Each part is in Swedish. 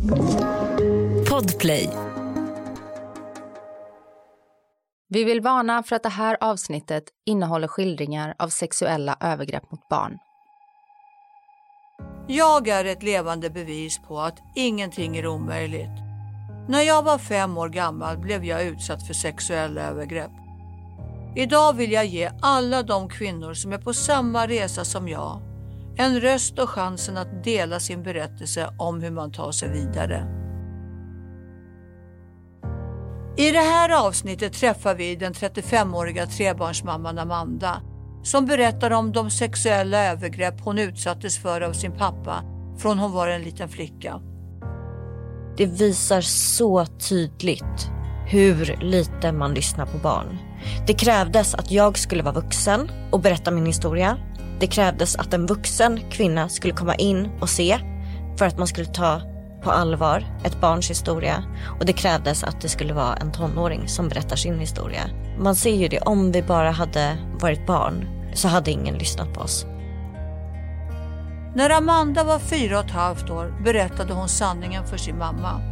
Podplay. Vi vill varna för att det här avsnittet innehåller skildringar av sexuella övergrepp mot barn. Jag är ett levande bevis på att ingenting är omöjligt. När jag var 5 år gammal blev jag utsatt för sexuella övergrepp. Idag vill jag ge alla de kvinnor som är på samma resa som jag en röst och chansen att dela sin berättelse om hur man tar sig vidare. I det här avsnittet träffar vi den 35-åriga trebarnsmamman Amanda som berättar om de sexuella övergrepp hon utsattes för av sin pappa från hon var en liten flicka. Det visar så tydligt hur lite man lyssnar på barn. Det krävdes att jag skulle vara vuxen och berätta min historia. Det krävdes att en vuxen kvinna skulle komma in och se för att man skulle ta på allvar ett barns historia. Och det krävdes att det skulle vara en tonåring som berättar sin historia. Man ser ju det, om vi bara hade varit barn så hade ingen lyssnat på oss. När Amanda var 4,5 år berättade hon sanningen för sin mamma.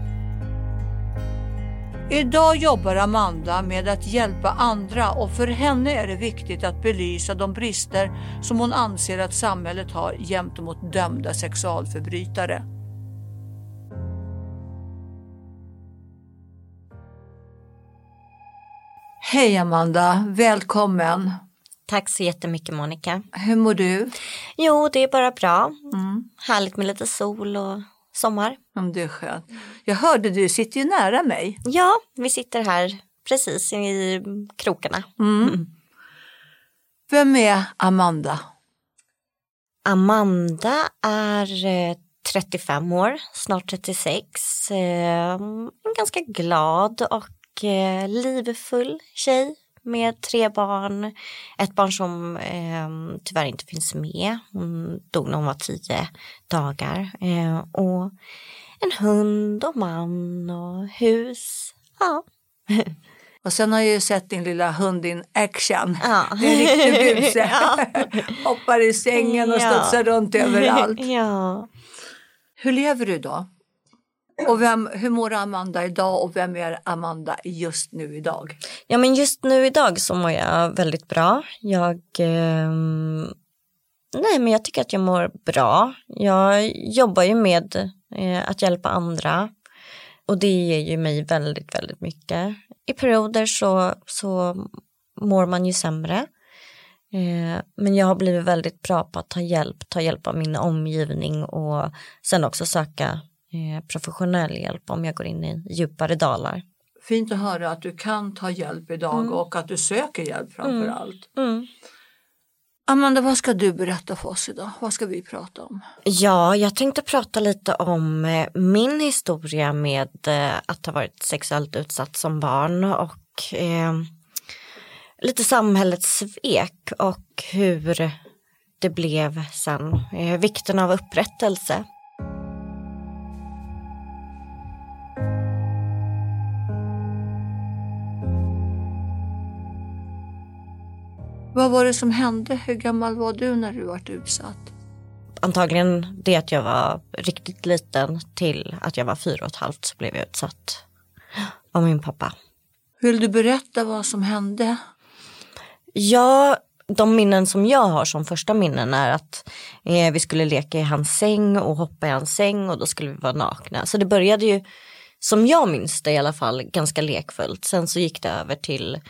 Idag jobbar Amanda med att hjälpa andra och för henne är det viktigt att belysa de brister som hon anser att samhället har gentemot dömda sexualförbrytare. Hej Amanda, välkommen. Tack så jättemycket Monica. Hur mår du? Jo, det är bara bra. Härligt med lite sol och sommar. Det är skönt. Jag hörde du sitter ju nära mig. Ja, vi sitter här precis i krokarna. Vem är Amanda? Amanda är 35 år, snart 36. En ganska glad och livfull tjej med 3 barn. Ett barn som tyvärr inte finns med. Hon dog när hon var 10 dagar. Och en hund och man och hus. Ja. Och sen har jag ju sett din lilla hund in action. Ja. Det är en riktig buse. Ja. Hoppar i sängen och studsar runt överallt. Ja. Hur lever du då? Och hur mår Amanda idag och vem är Amanda just nu idag? Ja, men just nu idag så mår jag väldigt bra. Men jag tycker att jag mår bra. Jag jobbar ju med att hjälpa andra. Och det ger ju mig väldigt, väldigt mycket. I perioder så mår man ju sämre. Men jag har blivit väldigt bra på att ta hjälp av min omgivning och sen också söka professionell hjälp om jag går in i djupare dalar. Fint att höra att du kan ta hjälp idag och att du söker hjälp framför allt. Amanda, vad ska du berätta för oss idag? Vad ska vi prata om? Ja, jag tänkte prata lite om min historia med att ha varit sexuellt utsatt som barn och lite samhällets svek och hur det blev sen. Vikten av upprättelse. Vad var det som hände? Hur gammal var du när du var utsatt? Antagligen det att jag var riktigt liten till att jag var 4,5 så blev jag utsatt av min pappa. Vill du berätta vad som hände? Ja, de minnen som jag har som första minnen är att vi skulle leka i hans säng och hoppa i hans säng och då skulle vi vara nakna. Så det började ju, som jag minns det i alla fall, ganska lekfullt. Sen så gick det över till...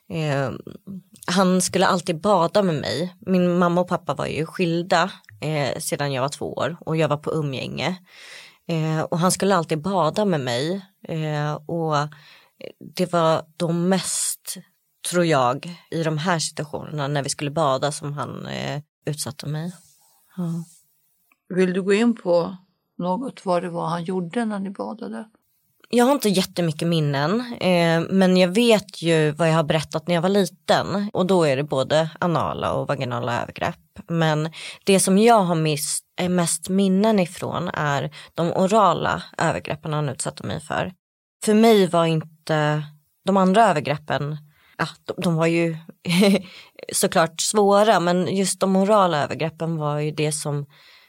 han skulle alltid bada med mig. Min mamma och pappa var ju skilda sedan jag var 2 år och jag var på umgänge. Och han skulle alltid bada med mig. Och det var de mest, tror jag, i de här situationerna när vi skulle bada som han utsatte mig. Ja. Vill du gå in på något vad det var han gjorde när ni badade? Jag har inte jättemycket minnen, men jag vet ju vad jag har berättat när jag var liten. Och då är det både anala och vaginala övergrepp. Men det som jag har mest minnen ifrån är de orala övergreppen han utsatte mig för. För mig var inte de andra övergreppen, ja, de var ju såklart svåra. Men just de orala övergreppen var ju det som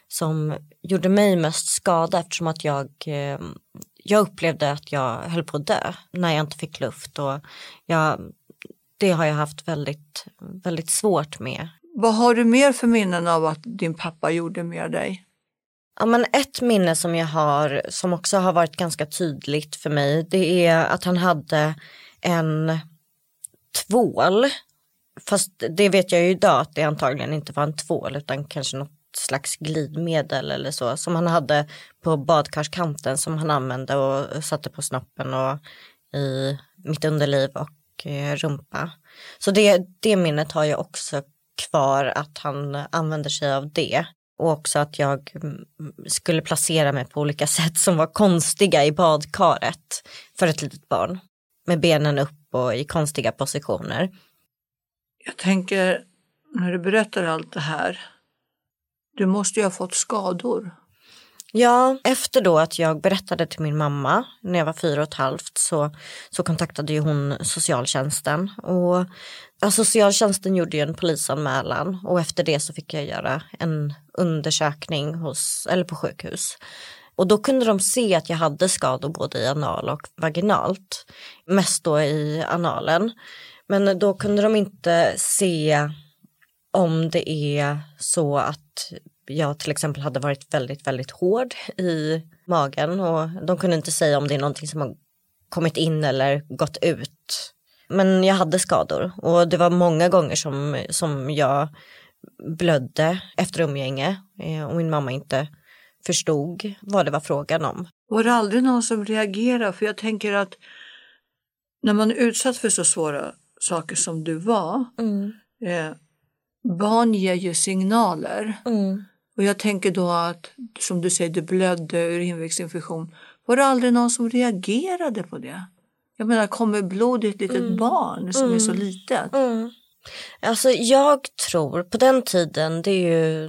som gjorde mig mest skada, eftersom att jag upplevde att jag höll på att dö när jag inte fick luft, och det har jag haft väldigt, väldigt svårt med. Vad har du mer för minnen av att din pappa gjorde med dig? Ja, men ett minne som jag har, som också har varit ganska tydligt för mig, det är att han hade en tvål. Fast det vet jag ju idag att det antagligen inte var en tvål, utan kanske något slags glidmedel eller så, som han hade på badkarskanten, som han använde och satte på snoppen och i mitt underliv och rumpa. Så det minnet har jag också kvar, att han använder sig av det. Och också att jag skulle placera mig på olika sätt som var konstiga i badkaret för ett litet barn. Med benen upp och i konstiga positioner. Jag tänker, när du berättar allt det här, du måste ju ha fått skador. Ja, efter då att jag berättade till min mamma när jag var 4,5 så kontaktade ju hon socialtjänsten. Och socialtjänsten gjorde ju en polisanmälan, och efter det så fick jag göra en undersökning på sjukhus. Och då kunde de se att jag hade skador både i anal och vaginalt. Mest då i analen. Men då kunde de inte se om det är så att jag till exempel hade varit väldigt, väldigt hård i magen. Och de kunde inte säga om det är någonting som har kommit in eller gått ut. Men jag hade skador, och det var många gånger som jag blödde efter umgänge. Och min mamma inte förstod vad det var frågan om. Var det aldrig någon som reagerade? För jag tänker att när man är utsatt för så svåra saker som du var, barn ger ju signaler. Och jag tänker då att, som du säger, du blödde ur invägsinfektion. Var det aldrig någon som reagerade på det? Jag menar, kommer blod i ett litet barn som är så litet? Alltså jag tror, på den tiden, det är ju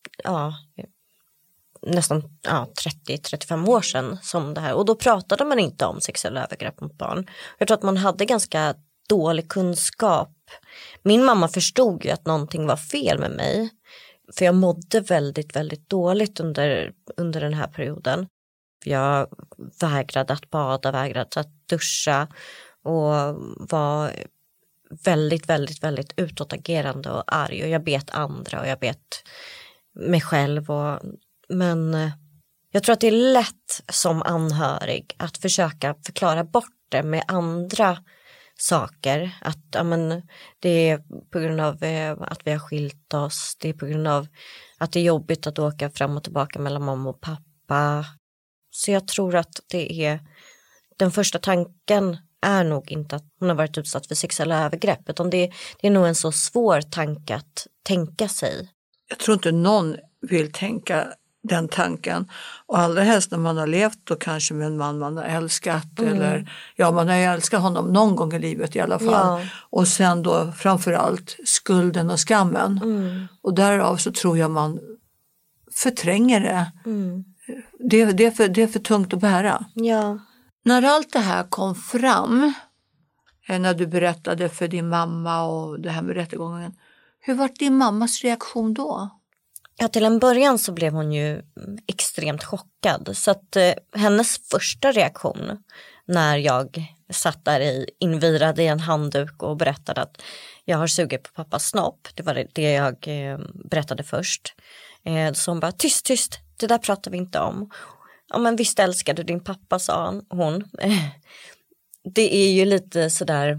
nästan 30-35 år sedan som det här. Och då pratade man inte om sexuella övergrepp mot barn. Jag tror att man hade ganska dålig kunskap. Min mamma förstod ju att någonting var fel med mig. För jag mådde väldigt, väldigt dåligt under den här perioden. Jag vägrade att bada, vägrade att duscha och var väldigt, väldigt, väldigt utåtagerande och arg. Och jag bet andra och jag bet mig själv. Men jag tror att det är lätt som anhörig att försöka förklara bort det med andra saker. Att det är på grund av att vi har skilt oss. Det är på grund av att det är jobbigt att åka fram och tillbaka mellan mamma och pappa. Så jag tror att det är, den första tanken är nog inte att hon har varit utsatt för sexuella övergrepp, utan det är nog en så svår tanke att tänka sig. Jag tror inte någon vill tänka den tanken, och allra helst när man har levt då kanske med en man man har älskat eller man har älskat honom någon gång i livet i alla fall. Ja. Och sen då framförallt skulden och skammen. Och därav så tror jag man förtränger det. Det är för tungt att bära. Ja. När allt det här kom fram, när du berättade för din mamma och det här med rättegången, hur var din mammas reaktion då? Ja, till en början så blev hon ju extremt chockad. Så att hennes första reaktion när jag satt där invirad i en handduk och berättade att jag har sugit på pappas snopp. Det var det jag berättade först. Så hon bara, tyst, det där pratar vi inte om. Ja, men visst älskar du din pappa, sa hon. Det är ju lite sådär,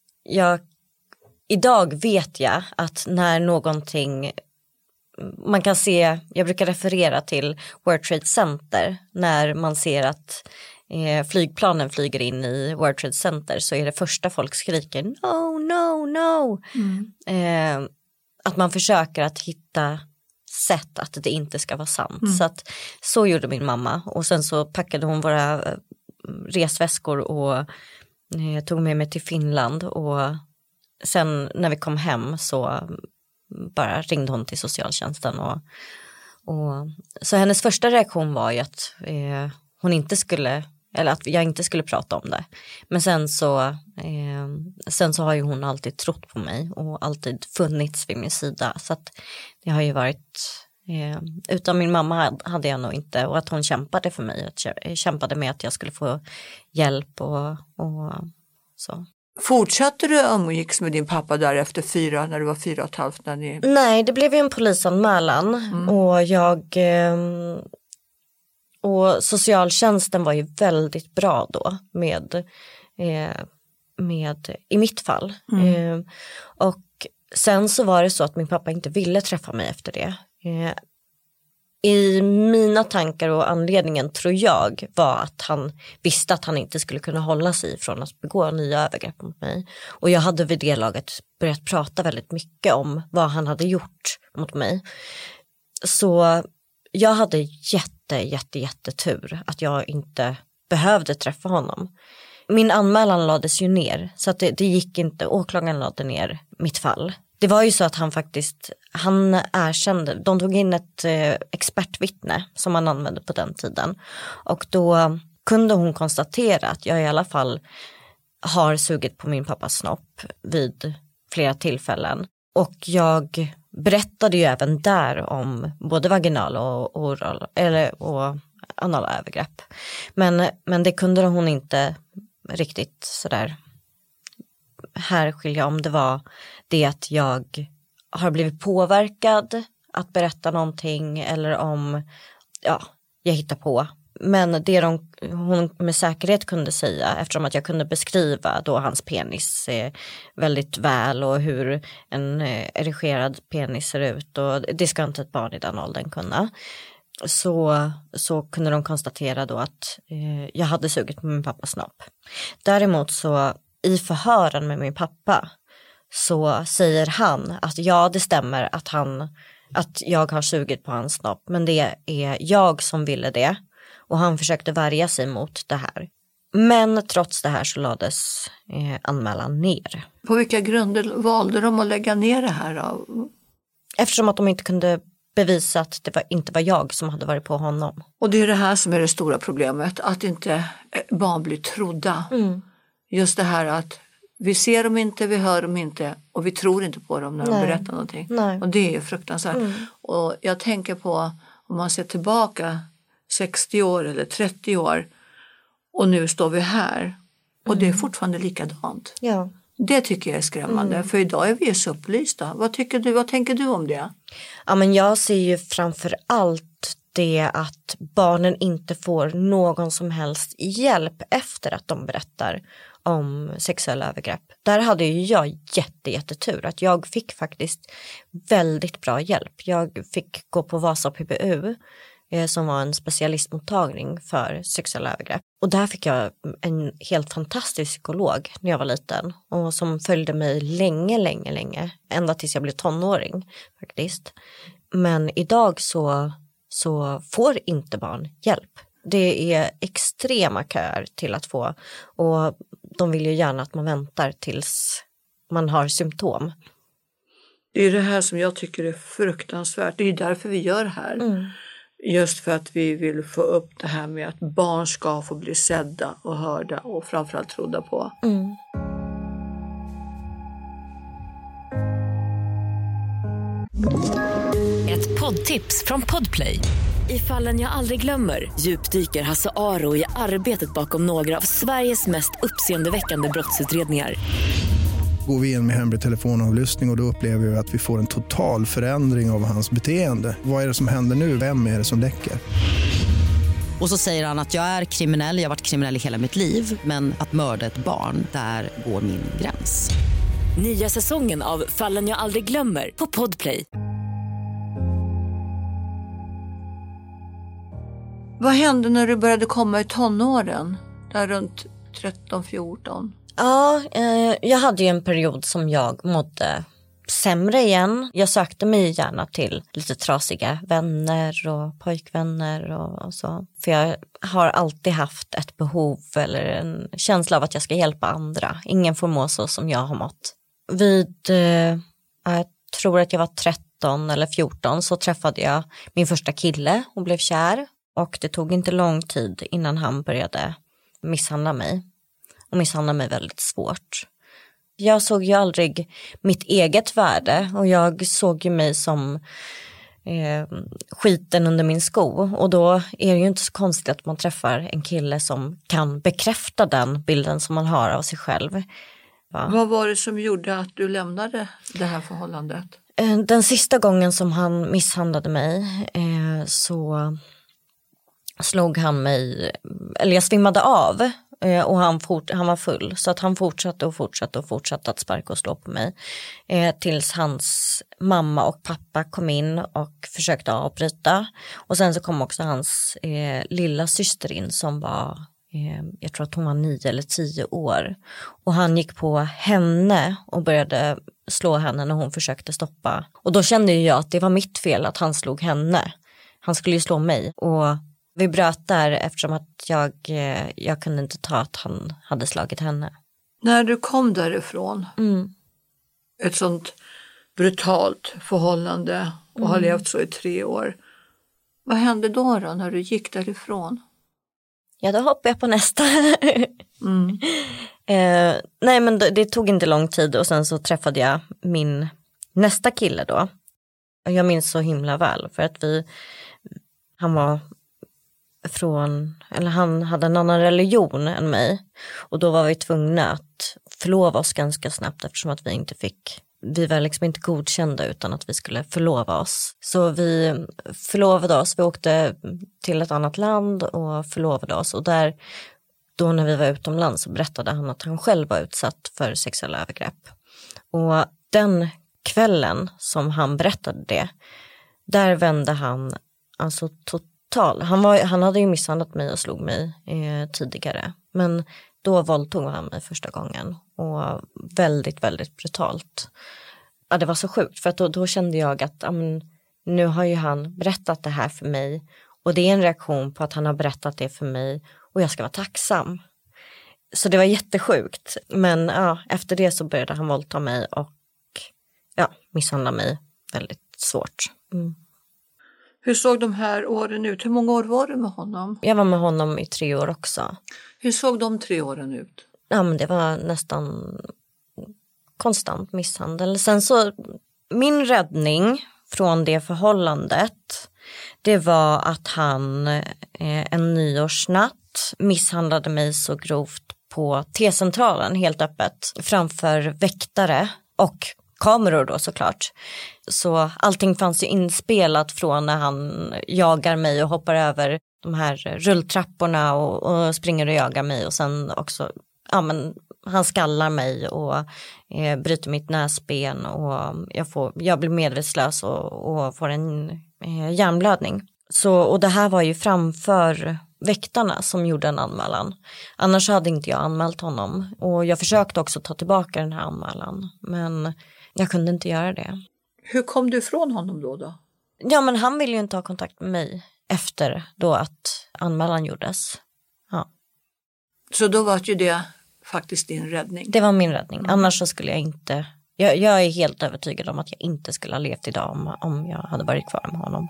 idag vet jag att när någonting, man kan se, jag brukar referera till World Trade Center, när man ser att flygplanen flyger in i World Trade Center, så är det första folk skriker no. Att man försöker att hitta sätt att det inte ska vara sant. Så gjorde min mamma, och sen så packade hon våra resväskor och tog med mig till Finland, och sen när vi kom hem så bara ringde hon till socialtjänsten och så hennes första reaktion var ju att hon inte skulle, eller att jag inte skulle prata om det. Men sen så har ju hon alltid trott på mig och alltid funnits vid min sida, så att det har ju varit Utan min mamma hade jag nog inte, och att hon kämpade för mig, kämpade med att jag skulle få hjälp och så. Fortsatte du umgicks med din pappa där efter när du var 4,5? Nej, det blev ju en polisanmälan och och socialtjänsten var ju väldigt bra då med i mitt fall. Och sen så var det så att min pappa inte ville träffa mig efter det. I mina tankar och anledningen tror jag var att han visste att han inte skulle kunna hålla sig från att begå nya övergrepp mot mig. Och jag hade vid det laget börjat prata väldigt mycket om vad han hade gjort mot mig. Så jag hade jättetur att jag inte behövde träffa honom. Min anmälan lades ju ner, så att det gick inte, åklagaren lade ner mitt fall. Det var ju så att han erkände, de tog in ett expertvittne som man använde på den tiden. Och då kunde hon konstatera att jag i alla fall har sugit på min pappas snopp vid flera tillfällen. Och jag berättade ju även där om både vaginal och oral och anala övergrepp. Men det kunde hon inte riktigt sådär här skilja om det var det att jag har blivit påverkad att berätta någonting eller om jag hittar på. Men det hon med säkerhet kunde säga, eftersom att jag kunde beskriva då hans penis väldigt väl och hur en erigerad penis ser ut, och det ska inte ett barn i den åldern kunna. Så kunde de konstatera då att jag hade sugit på min pappas snopp. Däremot så i förhören med min pappa så säger han att det stämmer att jag har sugit på hans snopp, men det är jag som ville det, och han försökte värja sig mot det här. Men trots det här så lades anmälan ner. På vilka grunder valde de att lägga ner det här då? Eftersom att de inte kunde bevisa att det inte var jag som hade varit på honom. Och det är det här som är det stora problemet, att inte barn blir trodda. Just det här att vi ser dem inte, vi hör dem inte och vi tror inte på dem när de berättar någonting. Och det är ju fruktansvärt. Och jag tänker på, om man ser tillbaka 60 år eller 30 år och nu står vi här och det är fortfarande likadant. Ja. Det tycker jag är skrämmande, för idag är vi ju så upplysta. Vad tänker du om det? Ja, men jag ser ju framför allt det att barnen inte får någon som helst hjälp efter att de berättar om sexuella övergrepp. Där hade ju jag jättetur att jag fick faktiskt väldigt bra hjälp. Jag fick gå på Vasa PBU som var en specialistmottagning för sexuella övergrepp. Och där fick jag en helt fantastisk psykolog när jag var liten och som följde mig länge. Ända tills jag blev tonåring faktiskt. Men idag så får inte barn hjälp. Det är extrema köer till att få, och de vill ju gärna att man väntar tills man har symptom. Det är det här som jag tycker är fruktansvärt. Det är därför vi gör det här. Just för att vi vill få upp det här med att barn ska få bli sedda och hörda och framförallt trodda på. Ett poddtips från Podplay. I Fallen jag aldrig glömmer djupdyker Hasse Aro i arbetet bakom några av Sveriges mest uppseendeväckande brottsutredningar. Går vi in med hemlig telefonavlyssning och då upplever vi att vi får en total förändring av hans beteende. Vad är det som händer nu? Vem är det som läcker? Och så säger han att jag är kriminell, jag har varit kriminell i hela mitt liv, men att mörda ett barn, där går min gräns. Nya säsongen av Fallen jag aldrig glömmer på Podplay. Vad hände när du började komma i tonåren? Där runt 13-14? Ja, jag hade ju en period som jag mådde sämre igen. Jag sökte mig gärna till lite trasiga vänner och pojkvänner och så. För jag har alltid haft ett behov eller en känsla av att jag ska hjälpa andra. Ingen får må så som jag har mått. Jag tror att jag var 13 eller 14 så träffade jag min första kille och blev kär. Och det tog inte lång tid innan han började misshandla mig. Och misshandla mig väldigt svårt. Jag såg ju aldrig mitt eget värde och jag såg ju mig som skiten under min sko. Och då är det ju inte så konstigt att man träffar en kille som kan bekräfta den bilden som man har av sig själv. Va? Vad var det som gjorde att du lämnade det här förhållandet? Den sista gången som han misshandlade mig så slog han mig, eller jag svimmade av och han var full. Så att han fortsatte att sparka och slå på mig. Tills hans mamma och pappa kom in och försökte avbryta. Och sen så kom också hans lilla syster in som var, jag tror att hon var 9 eller 10 år. Och han gick på henne och började slå henne när hon försökte stoppa. Och då kände jag att det var mitt fel att han slog henne. Han skulle ju slå mig. Och vi bröt där eftersom att jag kunde inte ta att han hade slagit henne. När du kom därifrån, ett sånt brutalt förhållande och har levt så i 3 år. Vad hände då när du gick därifrån? Ja, då hoppade jag på nästa. Nej, men det tog inte lång tid och sen så träffade jag min nästa kille då. Jag minns så himla väl för att han hade en annan religion än mig. Och då var vi tvungna att förlova oss ganska snabbt eftersom att vi var liksom inte godkända utan att vi skulle förlova oss. Så vi förlovade oss, vi åkte till ett annat land och förlovade oss. Och då när vi var utomlands så berättade han att han själv var utsatt för sexuella övergrepp. Och den kvällen som han berättade det, där vände han alltså han hade ju misshandlat mig och slog mig tidigare. Men då våldtog han mig första gången. Och väldigt, väldigt brutalt. Ja, det var så sjukt. För att då kände jag att nu har ju han berättat det här för mig. Och det är en reaktion på att han har berättat det för mig. Och jag ska vara tacksam. Så det var jättesjukt. Men ja, efter det så började han våldta mig. Och misshandla mig väldigt svårt. Hur såg de här åren ut? Hur många år var du med honom? Jag var med honom i 3 år också. Hur såg de 3 åren ut? Ja, men det var nästan konstant misshandel. Sen så, min räddning från det förhållandet, det var att han en nyårsnatt misshandlade mig så grovt på T-centralen helt öppet framför väktare och kameror då såklart. Så allting fanns ju inspelat från när han jagar mig och hoppar över de här rulltrapporna och springer och jagar mig. Och sen också, han skallar mig och bryter mitt näsben och jag blir medvetslös och får en hjärnblödning. Och det här var ju framför väktarna som gjorde en anmälan. Annars hade inte jag anmält honom. Och jag försökte också ta tillbaka den här anmälan. Men jag kunde inte göra det. Hur kom du ifrån honom då? Ja, men han ville ju inte ha kontakt med mig efter då att anmälan gjordes. Ja. Så då var ju det faktiskt din räddning? Det var min räddning. Annars så skulle jag inte... Jag är helt övertygad om att jag inte skulle ha levt idag om jag hade varit kvar med honom.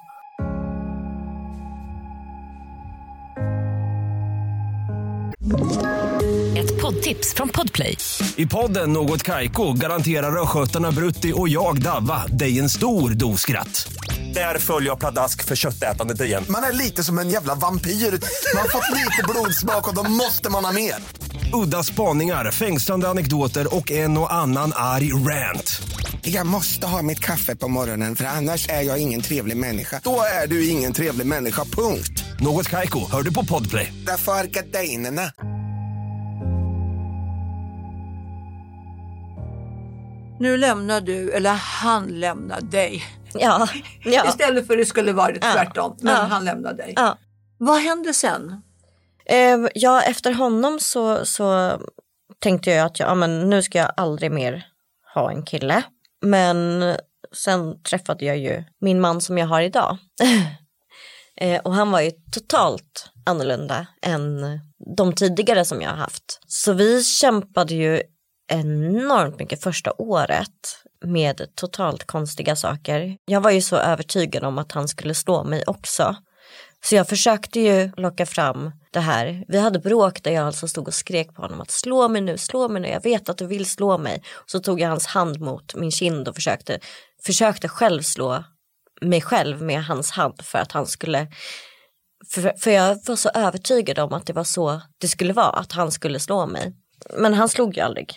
Ett poddtips från Podplay. I podden Något Kaiko garanterar röskötarna Brutti och jag Davva dig en stor doskratt. Där följer jag pladask för köttätandet igen. Man är lite som en jävla vampyr. Man har fått lite blodsmak och då måste man ha mer. Udda spaningar, fängslande anekdoter och en och annan arg rant. Jag måste ha mitt kaffe på morgonen för annars är jag ingen trevlig människa. Då är du ingen trevlig människa, punkt. Något Kaiko, hör du på Podplay. Därför är gardinerna. Nu lämnar du, eller han lämnar dig. Ja. Istället för att det skulle vara tvärtom. Men han lämnar dig. Ja. Vad hände sen? Efter honom så tänkte jag att nu ska jag aldrig mer ha en kille. Men sen träffade jag ju min man som jag har idag. Och han var ju totalt annorlunda än de tidigare som jag har haft. Så vi kämpade ju enormt mycket första året med totalt konstiga saker. Jag var ju så övertygad om att han skulle slå mig också. Så jag försökte ju locka fram det här. Vi hade bråk där jag alltså stod och skrek på honom att slå mig nu, jag vet att du vill slå mig. Så tog jag hans hand mot min kind och försökte själv slå mig själv med hans hand för att han skulle... För jag var så övertygad om att det var så det skulle vara, att han skulle slå mig. Men han slog ju aldrig.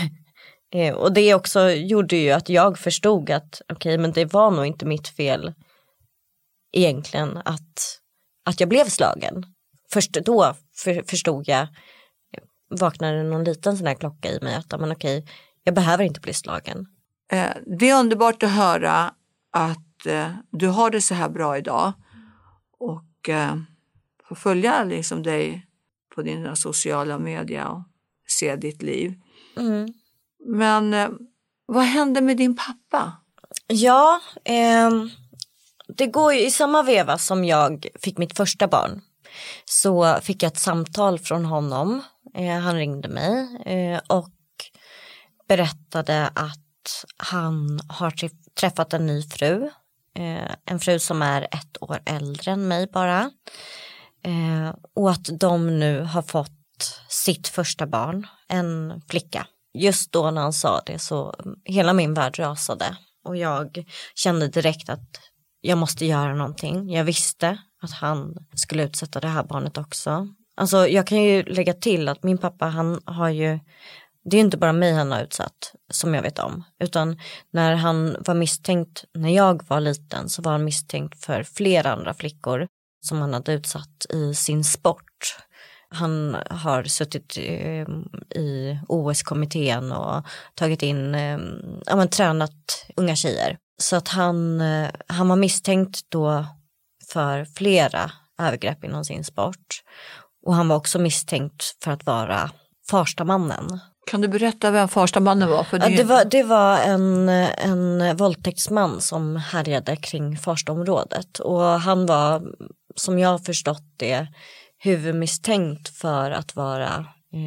Och det också gjorde ju att jag förstod att okej, men det var nog inte mitt fel egentligen att jag blev slagen. Först då förstod jag, vaknade någon liten sån här klocka i mig att men okej, jag behöver inte bli slagen. Det är underbart att höra att du har det så här bra idag och får följa liksom dig på dina sociala medier och se ditt liv. Mm. Men vad hände med din pappa? Ja, det går ju i samma veva som jag fick mitt första barn. Så fick jag ett samtal från honom. Han ringde mig och berättade att han har träffat en ny fru. En fru som är 1 år äldre än mig bara. Och att de nu har fått sitt första barn, en flicka. Just då när han sa det så hela min värld rasade. Och jag kände direkt att jag måste göra någonting. Jag visste att han skulle utsätta det här barnet också. Alltså jag kan ju lägga till att min pappa, han har ju... Det är inte bara mig han har utsatt som jag vet om. Utan när han var misstänkt, när jag var liten, så var han misstänkt för flera andra flickor som han hade utsatt i sin sport. Han har suttit i OS-kommittén och tagit in, tränat unga tjejer. Så att han var misstänkt då för flera övergrepp inom sin sport. Och han var också misstänkt för att vara Farstamannen. Kan du berätta vem Farstamannen var? För det var en våldtäktsman som härjade kring Farstaområdet. Och han var, som jag har förstått det, huvudmisstänkt för att vara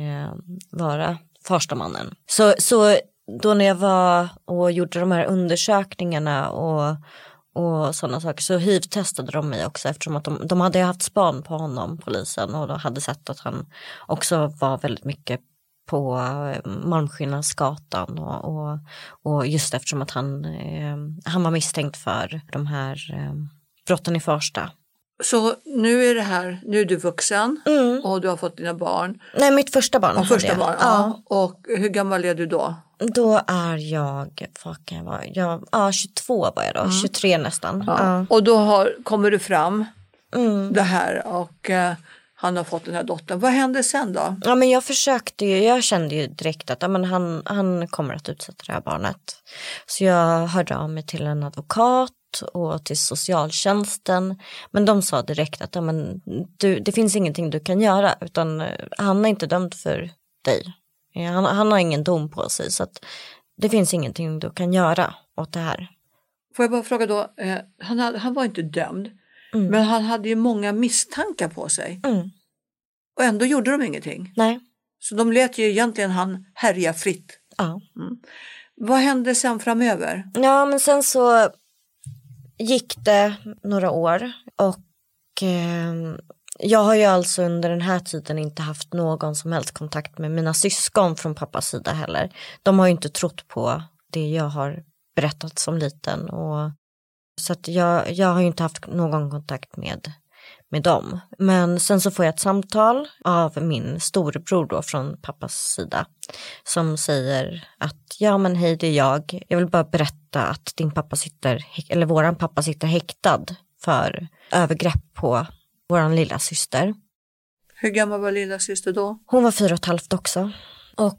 Farstamannen. Så då när jag var och gjorde de här undersökningarna och sådana saker, så HIV-testade de mig också, eftersom att de hade haft span på honom, polisen, och de hade sett att han också var väldigt mycket på Malmskillnadsgatan och just eftersom att han var misstänkt för de här brotten i Farsta. Så nu är du vuxen och du har fått dina barn. Nej, mitt första barn. Ja. Och hur gammal är du då? Då är jag, vad kan jag vara? 22 var jag då, 23 nästan. Ja. Och då kommer du fram det här och han har fått den här dottern. Vad hände sen då? Ja, men jag kände ju direkt att han kommer att utsätta det här barnet. Så jag hörde av mig till en advokat och till socialtjänsten. Men de sa direkt att det finns ingenting du kan göra, utan han är inte dömd för dig. Han har ingen dom på sig, så att det finns ingenting du kan göra åt det här. Får jag bara fråga då, han var inte dömd, men han hade ju många misstankar på sig. Och ändå gjorde de ingenting. Nej. Så de lät ju egentligen han härja fritt. Ja. Vad hände sen framöver? Ja, men sen så gick det några år och jag har ju alltså under den här tiden inte haft någon som helst kontakt med mina syskon från pappas sida heller. De har ju inte trott på det jag har berättat som liten. Så att jag har ju inte haft någon kontakt med dem. Men sen så får jag ett samtal av min storebror då från pappas sida som säger att hej, det är jag. Jag vill bara berätta att våran pappa sitter häktad för övergrepp på våran lilla syster. Hur gammal var lilla syster då? Hon var 4,5 också. Och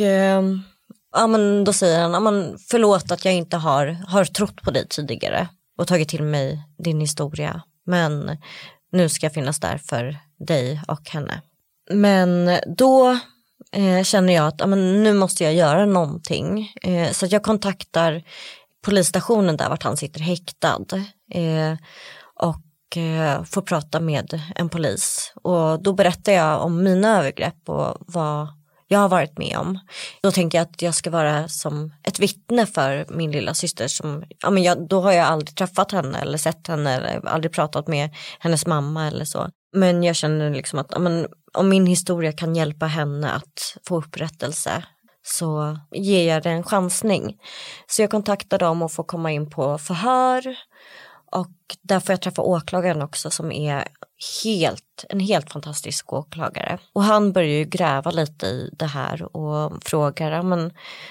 då säger han, förlåt att jag inte har trott på dig tidigare och tagit till mig din historia. Men nu ska jag finnas där för dig och henne. Men då känner jag att nu måste jag göra någonting. Så att jag kontaktar polisstationen där vart han sitter häktad. Och får prata med en polis. Och då berättar jag om mina övergrepp och vad jag har varit med om. Då tänker jag att jag ska vara som ett vittne för min lilla syster. Då har jag aldrig träffat henne eller sett henne eller aldrig pratat med hennes mamma eller så. Men jag känner liksom att om min historia kan hjälpa henne att få upprättelse, så ger jag det en chansning. Så jag kontaktar dem och får komma in på förhör. Och där får jag träffa åklagaren också som är en helt fantastisk åklagare. Och han börjar ju gräva lite i det här och frågar, men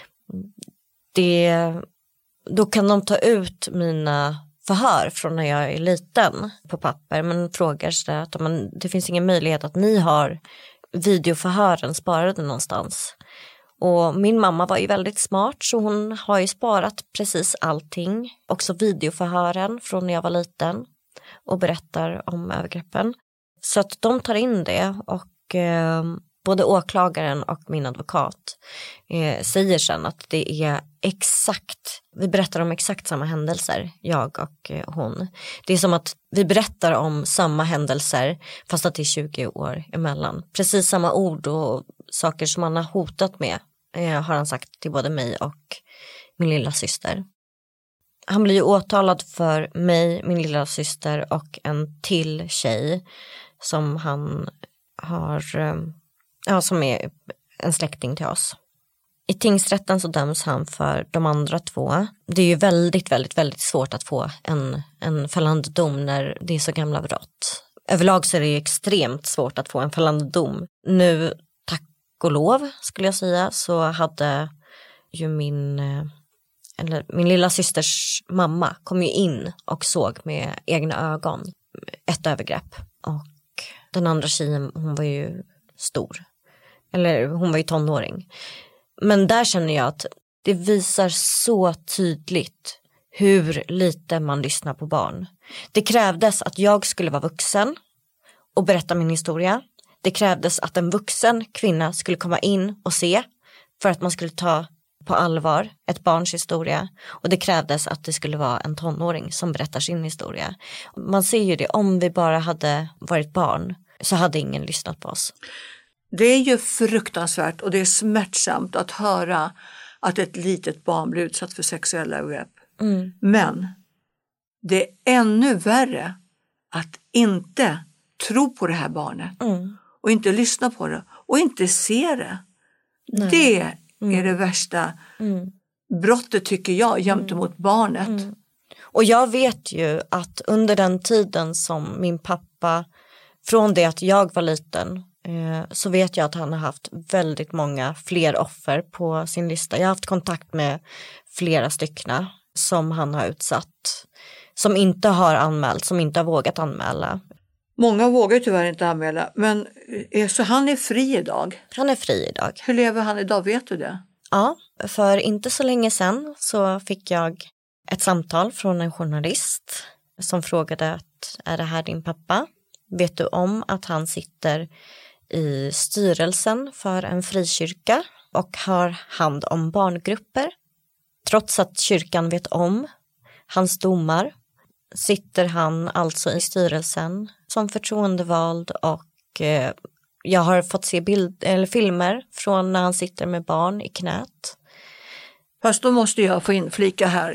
då kan de ta ut mina förhör från när jag är liten på papper, men frågar så där att det finns ingen möjlighet att ni har videoförhören sparade någonstans. Och min mamma var ju väldigt smart, så hon har ju sparat precis allting. Också videoförhören från när jag var liten och berättar om övergreppen. Så att de tar in det och både åklagaren och min advokat säger sen att det är vi berättar om exakt samma händelser, jag och hon. Det är som att vi berättar om samma händelser fast att det är 20 år emellan. Precis samma ord och saker som han har hotat med har han sagt till både mig och min lilla syster. Han blir ju åtalad för mig, min lilla syster och en till tjej som han har, som är en släkting till oss. I tingsrätten så döms han för de andra 2. Det är ju väldigt, väldigt, väldigt svårt att få en fällande dom när det är så gamla brott. Överlag så är det extremt svårt att få en fällande dom. Nu, tack och lov skulle jag säga, så hade ju min lilla systers mamma kom ju in och såg med egna ögon ett övergrepp. Och den andra tjejen, hon var ju stor. Eller hon var ju tonåring. Men där känner jag att det visar så tydligt hur lite man lyssnar på barn. Det krävdes att jag skulle vara vuxen och berätta min historia. Det krävdes att en vuxen kvinna skulle komma in och se för att man skulle ta på allvar ett barns historia. Och det krävdes att det skulle vara en tonåring som berättar sin historia. Man ser ju det, om vi bara hade varit barn så hade ingen lyssnat på oss. Det är ju fruktansvärt och det är smärtsamt att höra att ett litet barn blir utsatt för sexuella övergrepp. Mm. Men det är ännu värre att inte tro på det här barnet. Och inte lyssna på det och inte se det. Nej. Det är det värsta brottet, tycker jag, gentemot barnet. Och jag vet ju att under den tiden som min pappa, från det att jag var liten, så vet jag att han har haft väldigt många fler offer på sin lista. Jag har haft kontakt med flera stycken som han har utsatt, som inte har anmält, som inte har vågat anmäla. Många vågar tyvärr inte anmäla, men så han är fri idag? Han är fri idag. Hur lever han idag, vet du det? Ja, för inte så länge sedan så fick jag ett samtal från en journalist som frågade att, är det här din pappa? Vet du om att han sitter i styrelsen för en frikyrka och har hand om barngrupper? Trots att kyrkan vet om hans domar sitter han alltså i styrelsen som förtroendevald, och jag har fått se filmer från när han sitter med barn i knät. Fast då måste jag få inflika här.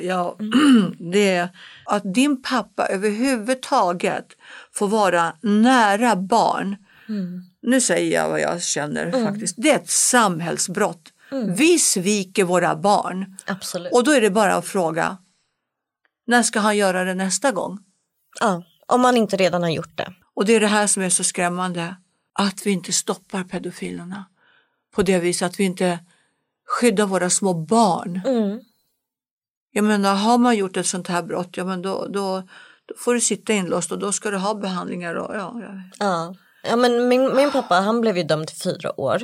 Det är att din pappa överhuvudtaget får vara nära barn. Nu säger jag vad jag känner faktiskt. Det är ett samhällsbrott. Vi sviker våra barn. Absolut. Och då är det bara att fråga, när ska han göra det nästa gång? Ja, om man inte redan har gjort det. Och det är det här som är så skrämmande. Att vi inte stoppar pedofilerna. På det viset att vi inte skyddar våra små barn. Jag menar, har man gjort ett sånt här brott, ja, men då får du sitta inlåst och då ska du ha behandlingar. Och, Ja, men min pappa, han blev ju dömd till 4 år.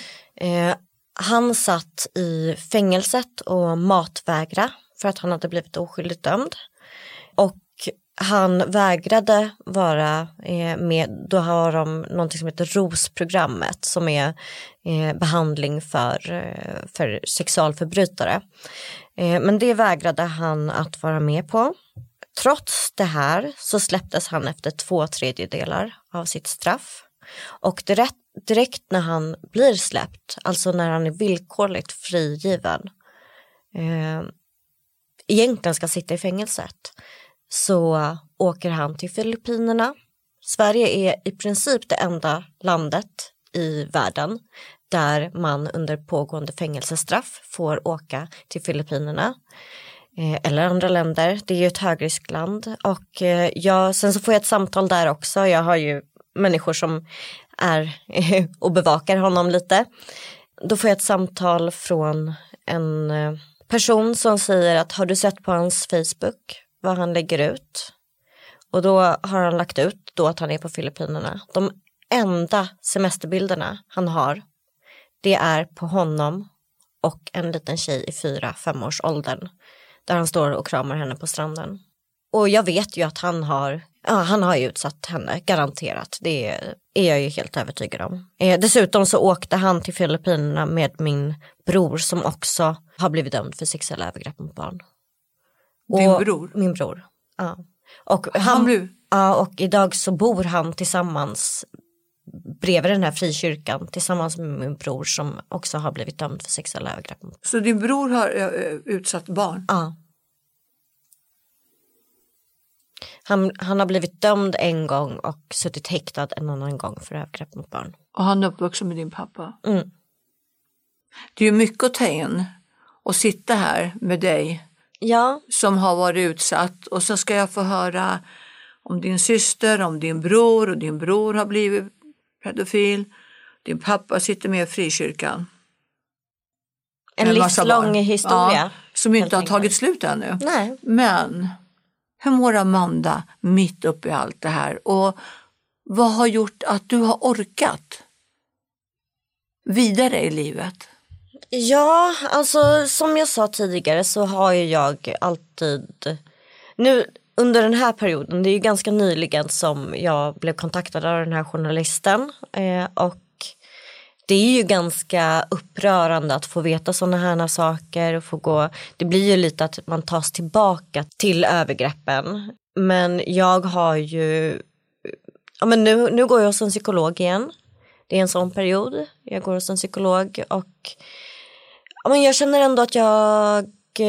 Han satt i fängelset och matvägra för att han hade blivit oskyldigt dömd. Och han vägrade vara med, då har de någonting som heter ROS-programmet som är behandling för sexualförbrytare. Men det vägrade han att vara med på. Trots det här så släpptes han efter 2/3 av sitt straff. Och direkt när han blir släppt, alltså när han är villkorligt frigiven, egentligen ska sitta i fängelset, så åker han till Filippinerna. Sverige är i princip det enda landet i världen där man under pågående fängelsestraff får åka till Filippinerna. eller andra länder. Det är ju ett högriskland. Och sen så får jag ett samtal där också. Jag har ju människor som är och bevakar honom lite. Då får jag ett samtal från en person som säger att har du sett på hans Facebook vad han lägger ut? Och då har han lagt ut då att han är på Filippinerna. De enda semesterbilderna han har, det är på honom och en liten tjej i 4-5 års åldern. Där han står och kramar henne på stranden. Och jag vet ju att han har utsatt henne, garanterat. Det är jag ju helt övertygad om. Dessutom så åkte han till Filippinerna med min bror som också har blivit dömd för sexuella övergrepp mot barn. Din bror? Min bror, ja. Och han blev... Ja, och idag så bor han tillsammans bredvid den här frikyrkan tillsammans med min bror som också har blivit dömd för sexuella övergrepp. Så din bror har utsatt barn? Ja. Han har blivit dömd en gång och suttit häktad en annan gång för övergrepp mot barn. Och han är uppvuxen med din pappa? Mm. Det är ju mycket att ta in och sitta här med dig. Ja. Som har varit utsatt. Och så ska jag få höra om din syster, om din bror. Och din bror har blivit pedofil. Din pappa sitter med i frikyrkan. En livslång historia. Ja, som inte har tagit slut ännu. Nej. Men hur mår Amanda mitt uppe i allt det här? Och vad har gjort att du har orkat vidare i livet? Ja, alltså som jag sa tidigare så har ju jag alltid... Nu under den här perioden, det är ju ganska nyligen som jag blev kontaktad av den här journalisten. Och det är ju ganska upprörande att få veta sådana här saker. Och få gå, det blir ju lite att man tas tillbaka till övergreppen. Men jag har ju... Ja, men nu går jag hos en psykolog igen. Det är en sån period. Jag går hos en psykolog och... Ja, men jag känner ändå att jag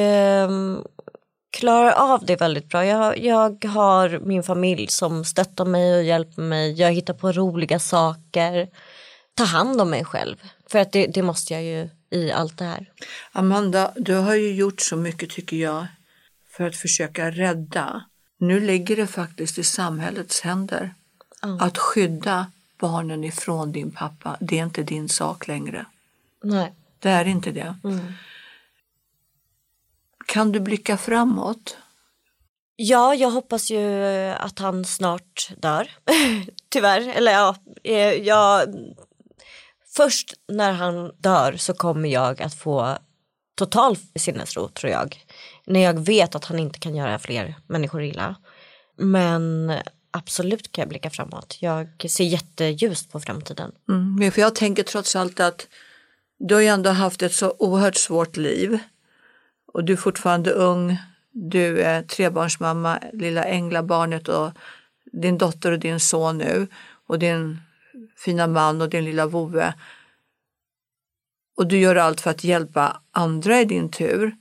klarar av det väldigt bra. Jag har min familj som stöttar mig och hjälper mig. Jag hittar på roliga saker. Ta hand om mig själv. För att det måste jag ju i allt det här. Amanda, du har ju gjort så mycket tycker jag för att försöka rädda. Nu ligger det faktiskt i samhällets händer att skydda barnen ifrån din pappa. Det är inte din sak längre. Nej. Det är inte det. Mm. Kan du blicka framåt? Ja, jag hoppas ju att han snart dör. Tyvärr. Eller ja, först när han dör så kommer jag att få total sinnesro, tror jag. När jag vet att han inte kan göra fler människor illa. Men absolut kan jag blicka framåt. Jag ser jätteljust på framtiden. För jag tänker trots allt att du har ju ändå haft ett så oerhört svårt liv. Och du är fortfarande ung. Du är trebarnsmamma, lilla änglabarnet och din dotter och din son nu. Och din fina man och din lilla vovve. Och du gör allt för att hjälpa andra i din tur.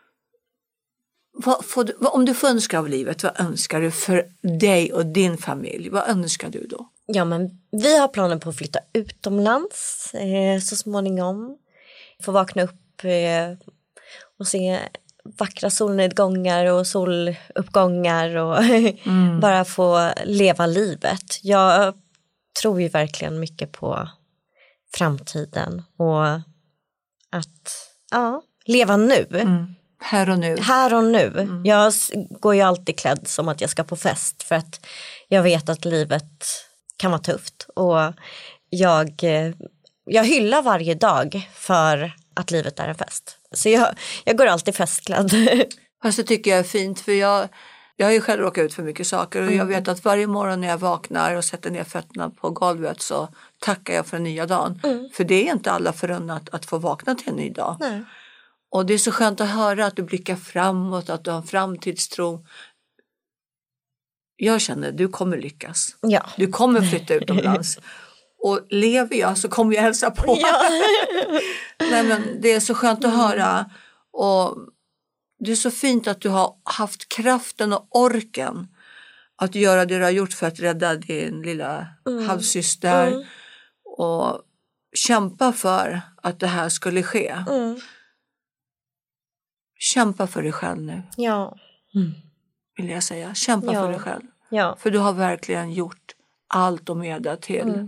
Om du får önska av livet, vad önskar du för dig och din familj? Vad önskar du då? Ja, men vi har planen på att flytta utomlands så småningom. Få vakna upp och se vackra solnedgångar och soluppgångar och bara få leva livet. Jag tror ju verkligen mycket på framtiden och att leva nu. Här och nu. Här och nu. Jag går ju alltid klädd som att jag ska på fest för att jag vet att livet kan vara tufft och jag hyllar varje dag för att livet är en fest. Så jag går alltid festklädd. Fast det tycker jag är fint för jag har ju själv råkat ut för mycket saker och jag vet att varje morgon när jag vaknar och sätter ner fötterna på golvet så tackar jag för den nya dagen. För det är inte alla förunnat att få vakna till en ny dag. Nej. Och det är så skönt att höra att du blickar framåt, att du har en framtidstro. Jag känner att du kommer lyckas. Ja. Du kommer flytta utomlands. Och lever jag så kommer jag hälsa på. Ja. Nej, men det är så skönt att höra. Och det är så fint att du har haft kraften och orken att göra det du har gjort för att rädda din lilla halvsyster. Och kämpa för att det här skulle ske. kämpa för dig själv nu. Ja. Vill jag säga. Kämpa för dig själv. Ja. För du har verkligen gjort allt och mer därtill.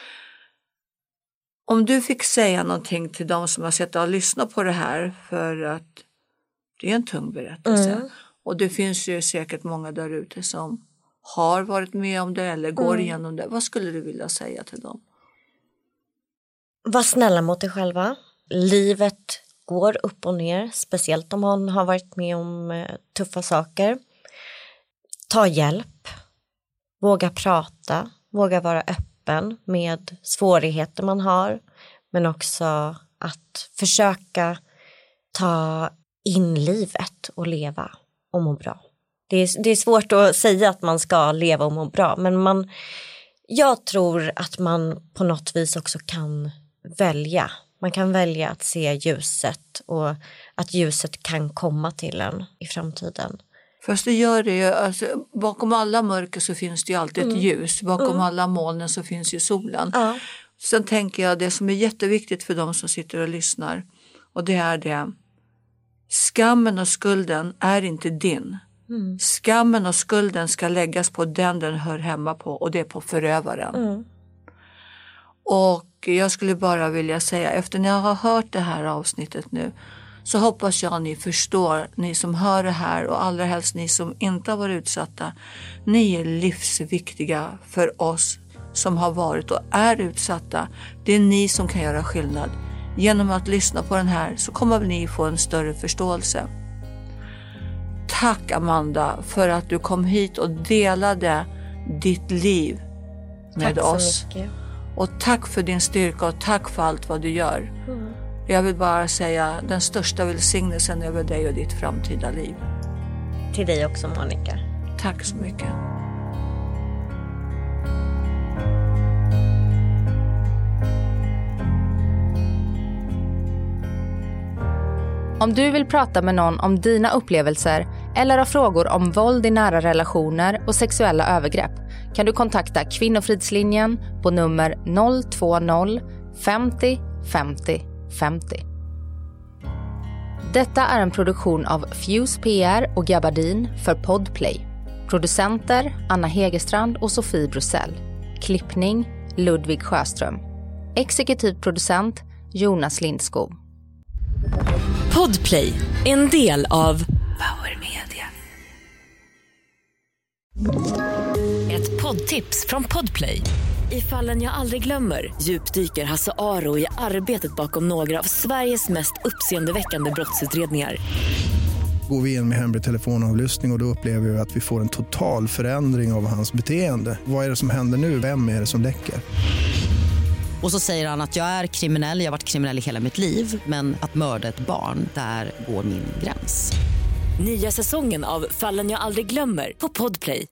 Om du fick säga någonting till de som har sett och lyssnat på det här, för att det är en tung berättelse. Och det finns ju säkert många där ute som har varit med om det eller går igenom det. Vad skulle du vilja säga till dem? Var snälla mot dig själva. Livet går upp och ner, speciellt om hon har varit med om tuffa saker. Ta hjälp. Våga prata. Våga vara öppen med svårigheter man har. Men också att försöka ta in livet och leva och må bra. Det är svårt att säga att man ska leva och må bra. Men jag tror att man på något vis också kan välja. Man kan välja att se ljuset och att ljuset kan komma till en i framtiden. Fast det gör det ju, alltså, bakom alla mörker så finns det ju alltid ett ljus. Bakom alla molnen så finns ju solen. Ja. Sen tänker jag det som är jätteviktigt för de som sitter och lyssnar. Och det är det. Skammen och skulden är inte din. Skammen och skulden ska läggas på den hör hemma på. Och det är på förövaren. Och jag skulle bara vilja säga, efter när jag har hört det här avsnittet nu, så hoppas jag ni förstår, ni som hör det här och allra helst ni som inte har varit utsatta. Ni är livsviktiga för oss som har varit och är utsatta. Det är ni som kan göra skillnad. Genom att lyssna på den här så kommer ni få en större förståelse. Tack Amanda för att du kom hit och delade ditt liv med oss. Tack så mycket. Och tack för din styrka och tack för allt vad du gör. Jag vill bara säga den största välsignelsen över dig och ditt framtida liv. Till dig också, Monica. Tack så mycket. Om du vill prata med någon om dina upplevelser eller har frågor om våld i nära relationer och sexuella övergrepp kan du kontakta Kvinnofridslinjen på nummer 020 50 50 50. Detta är en produktion av Fuse PR och Gabardin för Podplay. Producenter Anna Hegerstrand och Sofie Brussell. Klippning Ludvig Sjöström. Exekutiv producent Jonas Lindskog. Podplay, en del av Power Media. Ett poddtips från Podplay. I fallen jag aldrig glömmer djupdyker Hasse Aro i arbetet bakom några av Sveriges mest uppseendeväckande brottsutredningar. Går vi in med hemlig telefonavlyssning och då upplever vi att vi får en total förändring av hans beteende. Vad är det som händer nu? Vem är det som läcker? Och så säger han att jag är kriminell, jag har varit kriminell i hela mitt liv. Men att mörda ett barn, där går min gräns. Nya säsongen av Fallen jag aldrig glömmer på Podplay.